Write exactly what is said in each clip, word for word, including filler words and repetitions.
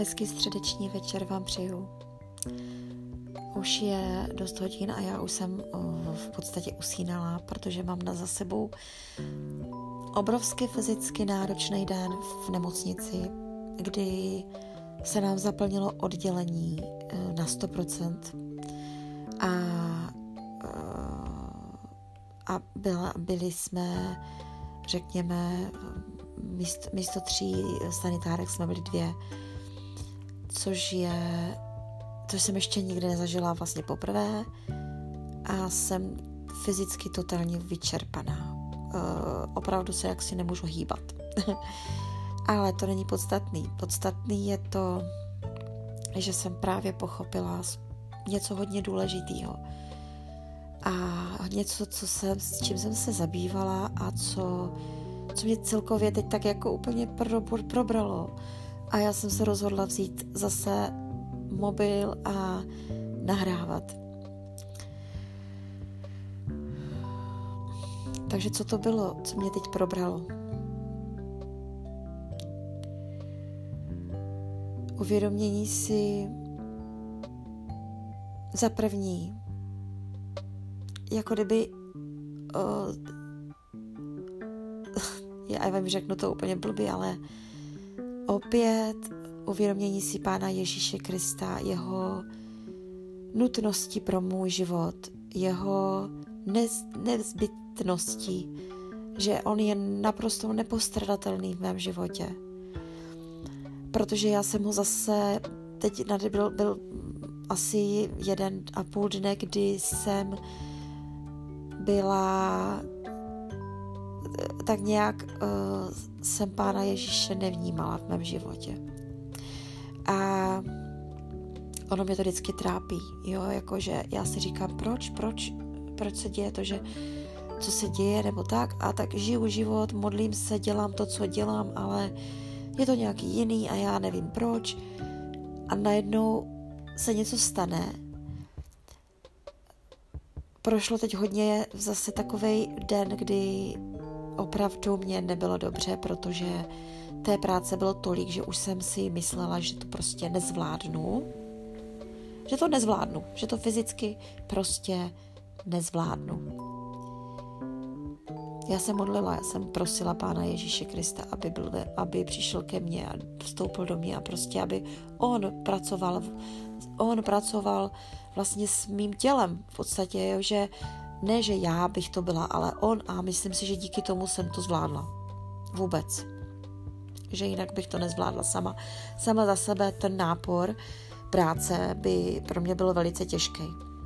Hezký středeční večer vám přeju. Už je dost hodin a já už jsem v podstatě usínala, protože mám na za sebou obrovsky fyzicky náročný den v nemocnici, kdy se nám zaplnilo oddělení na sto procent a, a byla, byli jsme, řekněme, místo, místo tří sanitárek jsme byli dvě, což je, což jsem ještě nikdy nezažila vlastně poprvé a jsem fyzicky totálně vyčerpaná. Uh, opravdu se jaksi nemůžu hýbat. Ale to není podstatný. Podstatný je to, že jsem právě pochopila něco hodně důležitého. A něco, co jsem, s čím jsem se zabývala a co, co mě celkově teď tak jako úplně pro, pro, probralo. A já jsem se rozhodla vzít zase mobil a nahrávat. Takže co to bylo, co mě teď probralo? Uvědomění si za první, jako kdyby uh, já vám řeknu to úplně blbě, ale opět uvědomění si Pána Ježíše Krista, jeho nutnosti pro můj život, jeho nez, nezbytnosti, že on je naprosto nepostradatelný v mém životě. Protože já jsem ho zase, teď nade byl, byl asi jeden a půl dne, kdy jsem byla tak nějak uh, jsem Pána Ježíše nevnímala v mém životě. A ono mě to vždycky trápí, jo, jakože já si říkám, proč, proč, proč se děje to, že co se děje, nebo tak, a tak žiju život, modlím se, dělám to, co dělám, ale je to nějaký jiný a já nevím proč. A najednou se něco stane. Prošlo teď hodně zase takovej den, kdy opravdu mě nebylo dobře, protože té práce bylo tolik, že už jsem si myslela, že to prostě nezvládnu. Že to nezvládnu. Že to fyzicky prostě nezvládnu. Já jsem modlila, já jsem prosila Pána Ježíše Krista, aby, byl, aby přišel ke mně a vstoupil do mě a prostě, aby on pracoval, on pracoval vlastně s mým tělem v podstatě, jo, že ne, že já bych to byla, ale on a myslím si, že díky tomu jsem to zvládla. Vůbec. Že jinak bych to nezvládla sama. Sama za sebe ten nápor práce by pro mě byl velice těžký.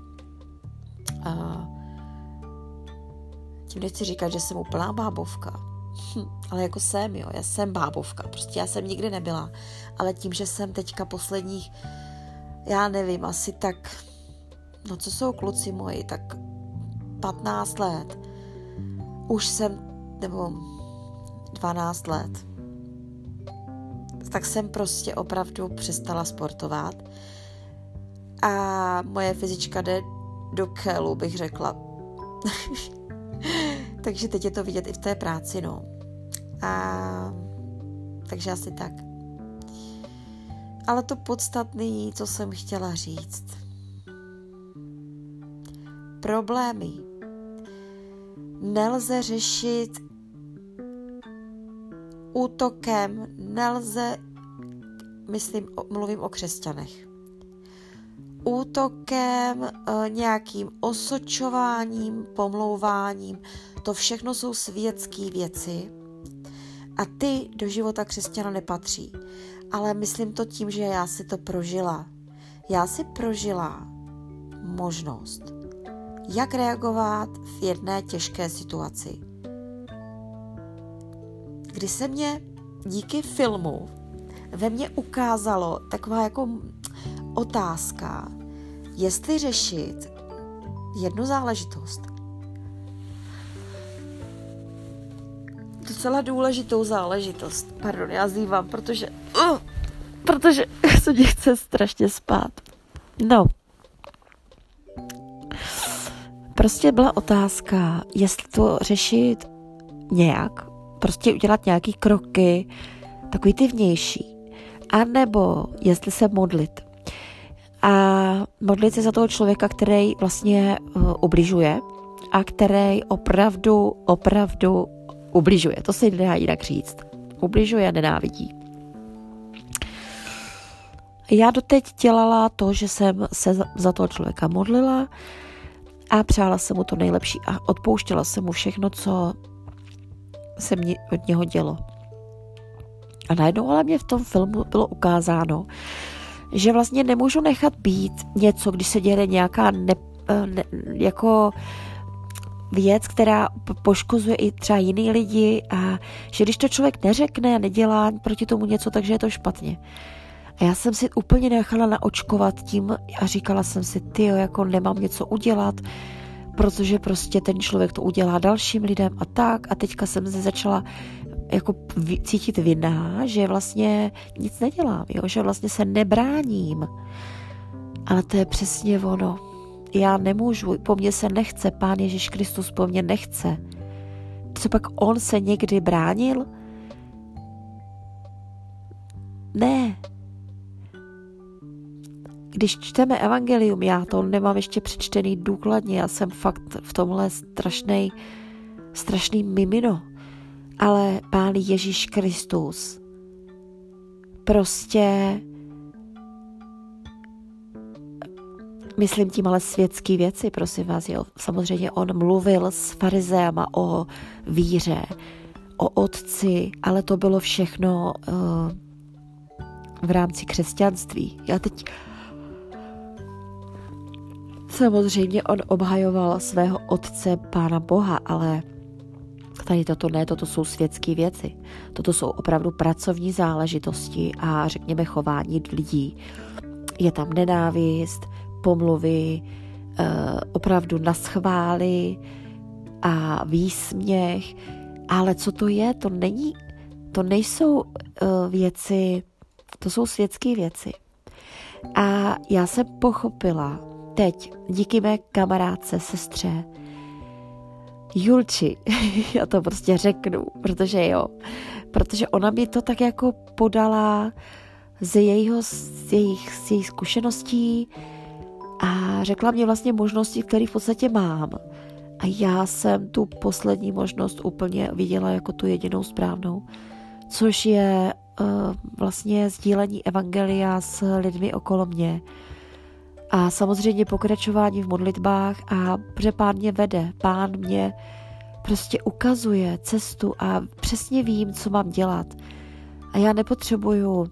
A tím nechci říkat, že jsem úplná bábovka. Hm, ale jako jsem, jo, já jsem bábovka. Prostě já jsem nikdy nebyla. Ale tím, že jsem teďka posledních, já nevím, asi tak, no co jsou kluci moji, tak patnáct let. Už jsem, nebo dvanáct let. Tak jsem prostě opravdu přestala sportovat. A moje fyzička jde do kélu, bych řekla. Takže teď je to vidět i v té práci, no. A takže asi tak. Ale to podstatné, co jsem chtěla říct. Problémy nelze řešit útokem, nelze, myslím, mluvím o křesťanech, útokem, e, nějakým osočováním, pomlouváním, to všechno jsou světské věci a ty do života křesťana nepatří. Ale myslím to tím, že já si to prožila. Já si prožila možnost, jak reagovat v jedné těžké situaci. Kdy se mě díky filmu ve mně ukázalo taková jako otázka, jestli řešit jednu záležitost. Docela důležitou záležitost. Pardon, já zývám, protože uh, protože se mě chce strašně spát. No. Prostě byla otázka, jestli to řešit nějak, prostě udělat nějaký kroky, takový ty vnější. A nebo jestli se modlit. A modlit se za toho člověka, který vlastně uh, ubližuje a který opravdu, opravdu ubližuje. To se nedá jinak říct. Ubližuje a nenávidí. Já doteď dělala to, že jsem se za toho člověka modlila a přála jsem mu to nejlepší a odpouštěla jsem mu všechno, co se mě od něho dělo. A najednou ale mě v tom filmu bylo ukázáno, že vlastně nemůžu nechat být něco, když se děje nějaká ne, ne, jako věc, která poškozuje i třeba jiný lidi a že když to člověk neřekne a nedělá proti tomu něco, takže je to špatně. A já jsem si úplně nechala naočkovat tím a říkala jsem si, tyjo, jako nemám něco udělat, protože prostě ten člověk to udělá dalším lidem a tak. A teďka jsem se začala jako cítit vinná, že vlastně nic nedělám, jo? Že vlastně se nebráním. Ale to je přesně ono. Já nemůžu, po mně se nechce, Pán Ježíš Kristus po mně nechce. Co pak on se někdy bránil? Ne. Když čteme evangelium, já to nemám ještě přečtený důkladně, já jsem fakt v tomhle strašnej, strašný mimino. Ale Pán Ježíš Kristus prostě, myslím tím ale světský věci, prosím vás, jo. Samozřejmě on mluvil s farizeama o víře, o otci, ale to bylo všechno uh, v rámci křesťanství. Já teď samozřejmě on obhajoval svého otce, Pána Boha, ale tady toto ne, toto jsou světské věci. Toto jsou opravdu pracovní záležitosti a řekněme chování lidí. Je tam nenávist, pomluvy, eh, opravdu naschvály a výsměch. Ale co to je? To není, to nejsou eh, věci, to jsou světské věci. A já jsem pochopila teď díky mé kamarádce, sestře, Julči, já to prostě řeknu, protože jo, protože ona mi to tak jako podala z, jejího, z, jejich, z jejich zkušeností a řekla mě vlastně možnosti, které v podstatě mám. A já jsem tu poslední možnost úplně viděla jako tu jedinou správnou, což je uh, vlastně sdílení evangelia s lidmi okolo mě. A samozřejmě pokračování v modlitbách a protože Pán mě vede, Pán mě prostě ukazuje cestu a přesně vím, co mám dělat. A já nepotřebuju uh,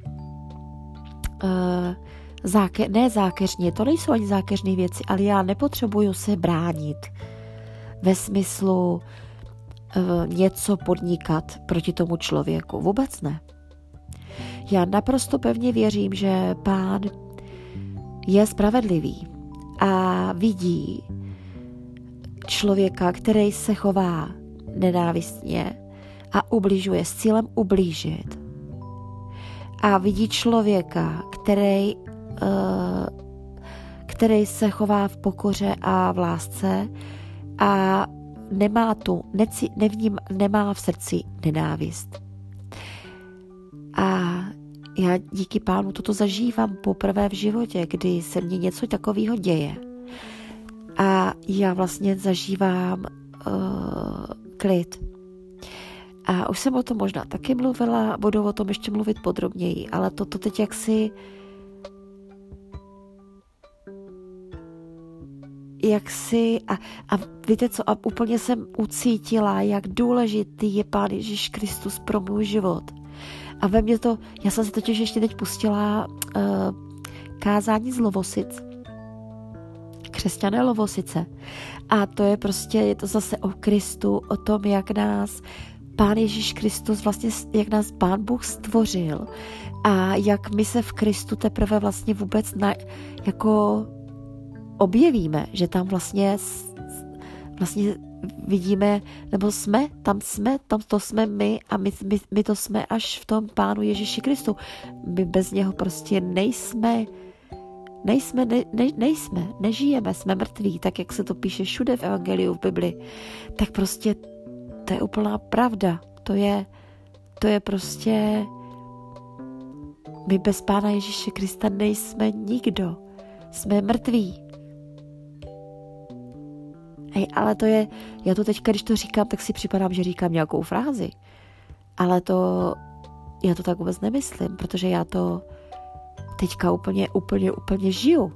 záke, ne zákeřně, to nejsou ani zákeřné věci, ale já nepotřebuju se bránit ve smyslu uh, něco podnikat proti tomu člověku. Vůbec ne. Já naprosto pevně věřím, že Pán je spravedlivý a vidí člověka, který se chová nenávistně a ubližuje s cílem ublížit. A vidí člověka, který, uh, který se chová v pokoře a v lásce a nemá tu, neci, nevním, nemá v srdci nenávist. A já díky Pánu toto zažívám poprvé v životě, kdy se mně něco takového děje. A já vlastně zažívám uh, klid. A už jsem o tom možná taky mluvila, budu o tom ještě mluvit podrobněji, ale toto teď jaksi jak si, a, a víte co, a úplně jsem ucítila, jak důležitý je Pán Ježíš Kristus pro můj život. A ve mně to, já jsem si totiž ještě teď pustila uh, kázání z Lovosic, křesťané Lovosice. A to je prostě, je to zase o Kristu, o tom, jak nás Pán Ježíš Kristus, vlastně, jak nás Pán Bůh stvořil a jak my se v Kristu teprve vlastně vůbec na, jako objevíme, že tam vlastně, vlastně vidíme, nebo jsme, tam jsme, tam to jsme my a my, my, my to jsme až v tom Pánu Ježíši Kristu. My bez něho prostě nejsme, nejsme, ne, ne, nejsme, nežijeme, jsme mrtví, tak jak se to píše všude v Evangeliu, v Bibli. Tak prostě to je úplná pravda. To je, to je prostě My bez Pána Ježíše Krista nejsme nikdo. Jsme mrtví. Hej, ale to je, já to teďka, když to říkám, tak si připadám, že říkám nějakou frázi. Ale to, já to tak vůbec nemyslím, protože já to teďka úplně, úplně, úplně žiju.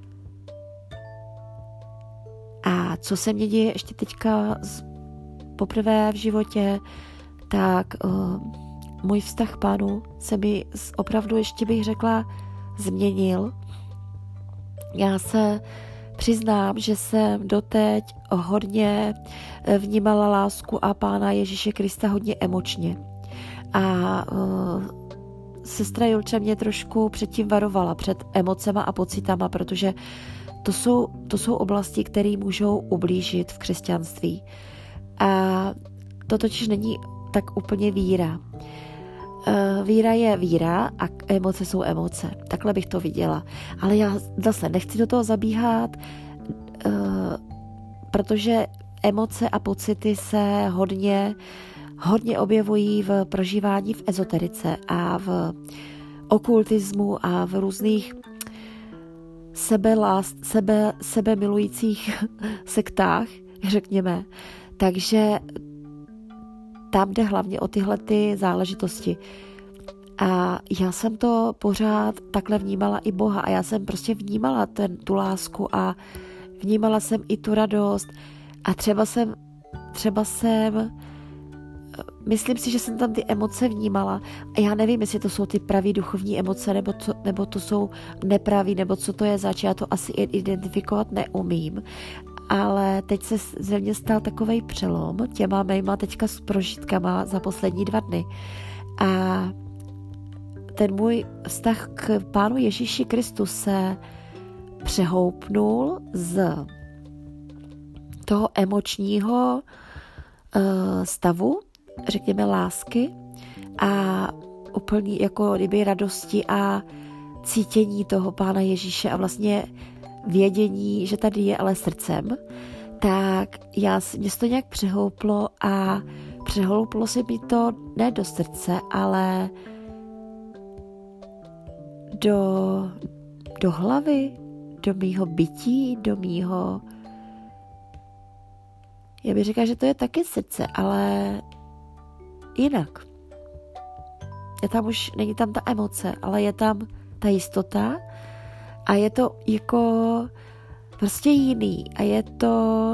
A co se mě děje ještě teďka z, poprvé v životě, tak uh, můj vztah k Pánu se mi opravdu, ještě bych řekla, změnil. Já se přiznám, že jsem doteď hodně vnímala lásku a Pána Ježíše Krista hodně emočně. A uh, sestra Julča mě trošku předtím varovala před emocema a pocitama, protože to jsou, to jsou oblasti, které můžou ublížit v křesťanství. A to totiž není tak úplně víra. Víra je víra a emoce jsou emoce. Takhle bych to viděla. Ale já zase nechci do toho zabíhat, protože emoce a pocity se hodně, hodně objevují v prožívání v ezoterice a v okultismu a v různých sebelást, sebe, sebe milujících sektách, řekněme. Takže tam jde hlavně o tyhle ty záležitosti. A já jsem to pořád takhle vnímala i Boha a já jsem prostě vnímala ten, tu lásku a vnímala jsem i tu radost a třeba jsem, třeba jsem, myslím si, že jsem tam ty emoce vnímala a já nevím, jestli to jsou ty pravý duchovní emoce, nebo, co, nebo to jsou nepravý, nebo co to je zač, já to asi identifikovat neumím. Ale teď se ze mě stal takovej přelom těma mýma teďka s prožitkama za poslední dva dny. A ten můj vztah k Pánu Ježíši Kristu se přehoupnul z toho emočního uh, stavu, řekněme lásky a úplný jako kdyby radosti a cítění toho Pána Ježíše a vlastně vědění, že tady je ale srdcem, tak já, mě se to nějak přehouplo a přehouplo se mi to ne do srdce, ale do, do hlavy, do mýho bytí, do mýho... Já bych řekla, že to je taky srdce, ale jinak. Je tam už, není tam ta emoce, ale je tam ta jistota a je to jako prostě jiný a je to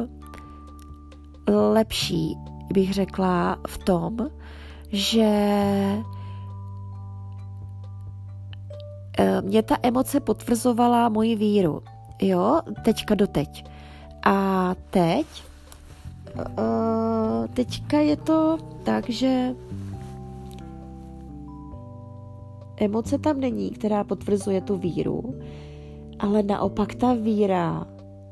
lepší, bych řekla, v tom, že mě ta emoce potvrzovala moji víru, jo, teďka doteď. A teď, uh, teďka je to tak, že emoce tam není, která potvrzuje tu víru, ale naopak ta víra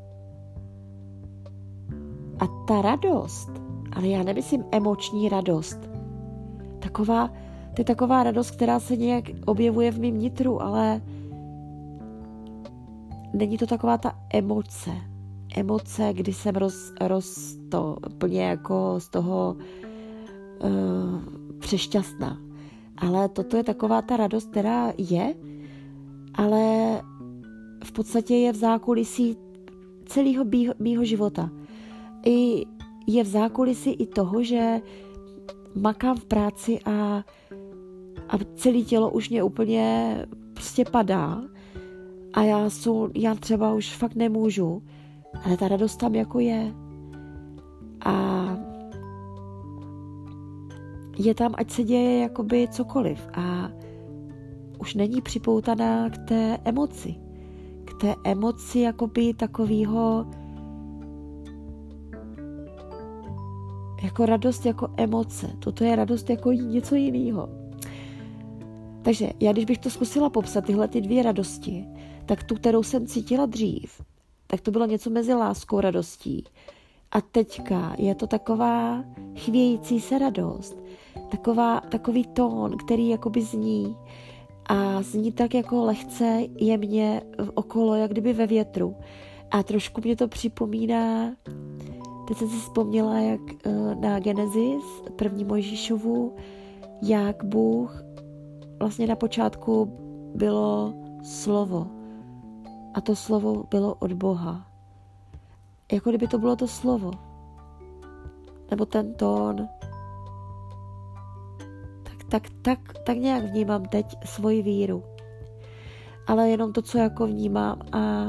a ta radost, ale já nemyslím emoční radost, taková, to je taková radost, která se nějak objevuje v mým nitru, ale není to taková ta emoce. Emoce, kdy jsem roz, roz to, plně jako z toho uh, přešťastná. Ale toto je taková ta radost, která je, ale v podstatě je v zákulisí celého mýho života. I je v zákulisí i toho, že makám v práci a, a celé tělo už mě úplně prostě padá a já, jsou, já třeba už fakt nemůžu, ale ta radost tam jako je. A je tam, ať se děje jakoby cokoliv a už není připoutaná k té emoci. K té emoci jakoby takovýho jako radost jako emoce. Toto je radost jako něco jiného. Takže já, když bych to zkusila popsat, tyhle ty dvě radosti, tak tu, kterou jsem cítila dřív, tak to bylo něco mezi láskou a radostí. A teďka je to taková chvějící se radost. Taková, takový tón, který jakoby zní a zní tak jako lehce jemně okolo, jak kdyby ve větru. A trošku mě to připomíná, teď jsem si vzpomněla, jak na Genesis, první Mojžíšovu, jak Bůh vlastně na počátku bylo slovo. A to slovo bylo od Boha. Jako kdyby to bylo to slovo. Nebo ten tón. Tak, tak, tak, tak nějak vnímám teď svoji víru. Ale jenom to, co jako vnímám a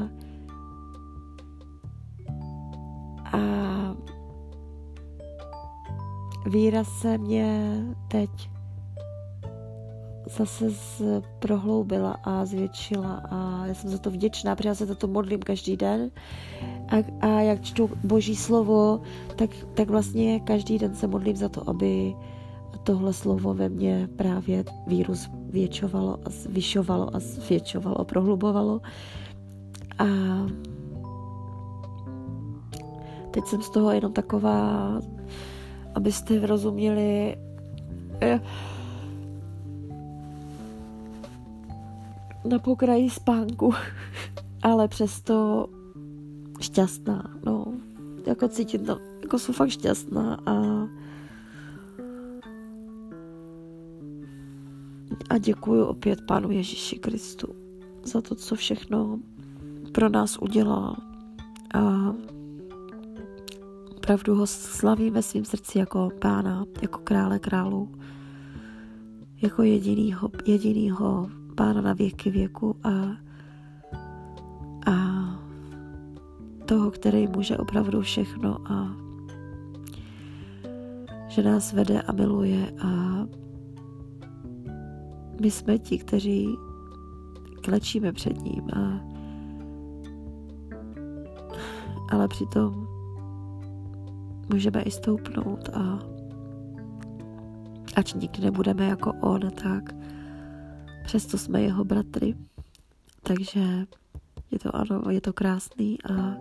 a víra se mě teď zase prohloubila a zvětšila a já jsem za to vděčná, protože já se za to modlím každý den a, a jak čtu Boží slovo, tak, tak vlastně každý den se modlím za to, aby tohle slovo ve mně právě víru zvětšovalo a zvyšovalo a zvětšovalo a prohlubovalo. A teď jsem z toho jenom taková, abyste rozuměli, na pokraji spánku, ale přesto šťastná, no, jako cítím tam, jako jsem fakt šťastná a a děkuju opět Pánu Ježíši Kristu za to, co všechno pro nás udělal a opravdu ho slavím ve svém srdci jako Pána, jako krále králů, jako jedinýho, jedinýho Pána na věky věku a, a toho, který může opravdu všechno a že nás vede a miluje a my jsme ti, kteří klečíme před ním a ale přitom můžeme i stoupnout a ač nikdy nebudeme jako on, tak přesto jsme jeho bratry. Takže je to ano, je to krásný a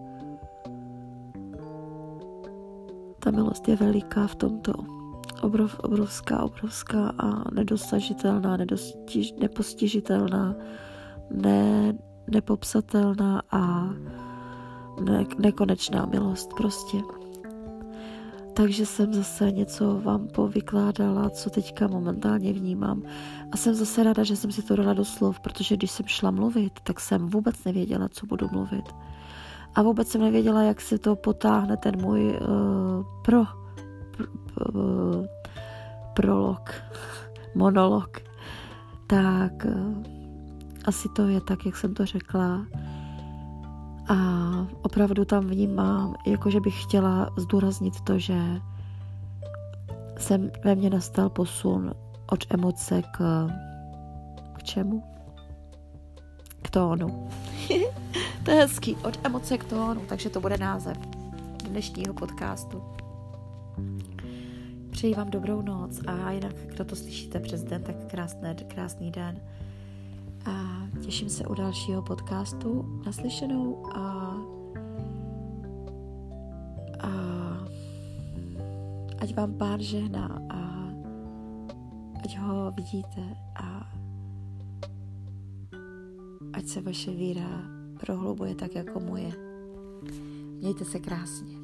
ta milost je veliká v tomto. Obrov, obrovská, obrovská a nedosažitelná, nedostiž, nepostižitelná, ne, nepopsatelná a ne, nekonečná milost prostě. Takže jsem zase něco vám povykládala, co teďka momentálně vnímám. A jsem zase ráda, že jsem si to dala do slov, protože když jsem šla mluvit, tak jsem vůbec nevěděla, co budu mluvit. A vůbec jsem nevěděla, jak se to potáhne ten můj uh, pro, pro uh, prolog, monolog. Tak uh, asi to je tak, jak jsem to řekla. A opravdu tam vnímám, jakože bych chtěla zdůraznit to, že jsem ve mně nastal posun od emoce k, k čemu? K tónu. To je hezký, od emoce k tónu, takže to bude název dnešního podcastu. Přeji vám dobrou noc a jinak, kdo to slyšíte přes den, tak krásný, krásný den. A těším se u dalšího podcastu. Naslyšenou a, a ať vám Pán žehná a ať ho vidíte a ať se vaše víra prohlubuje tak jako moje. Mějte se krásně.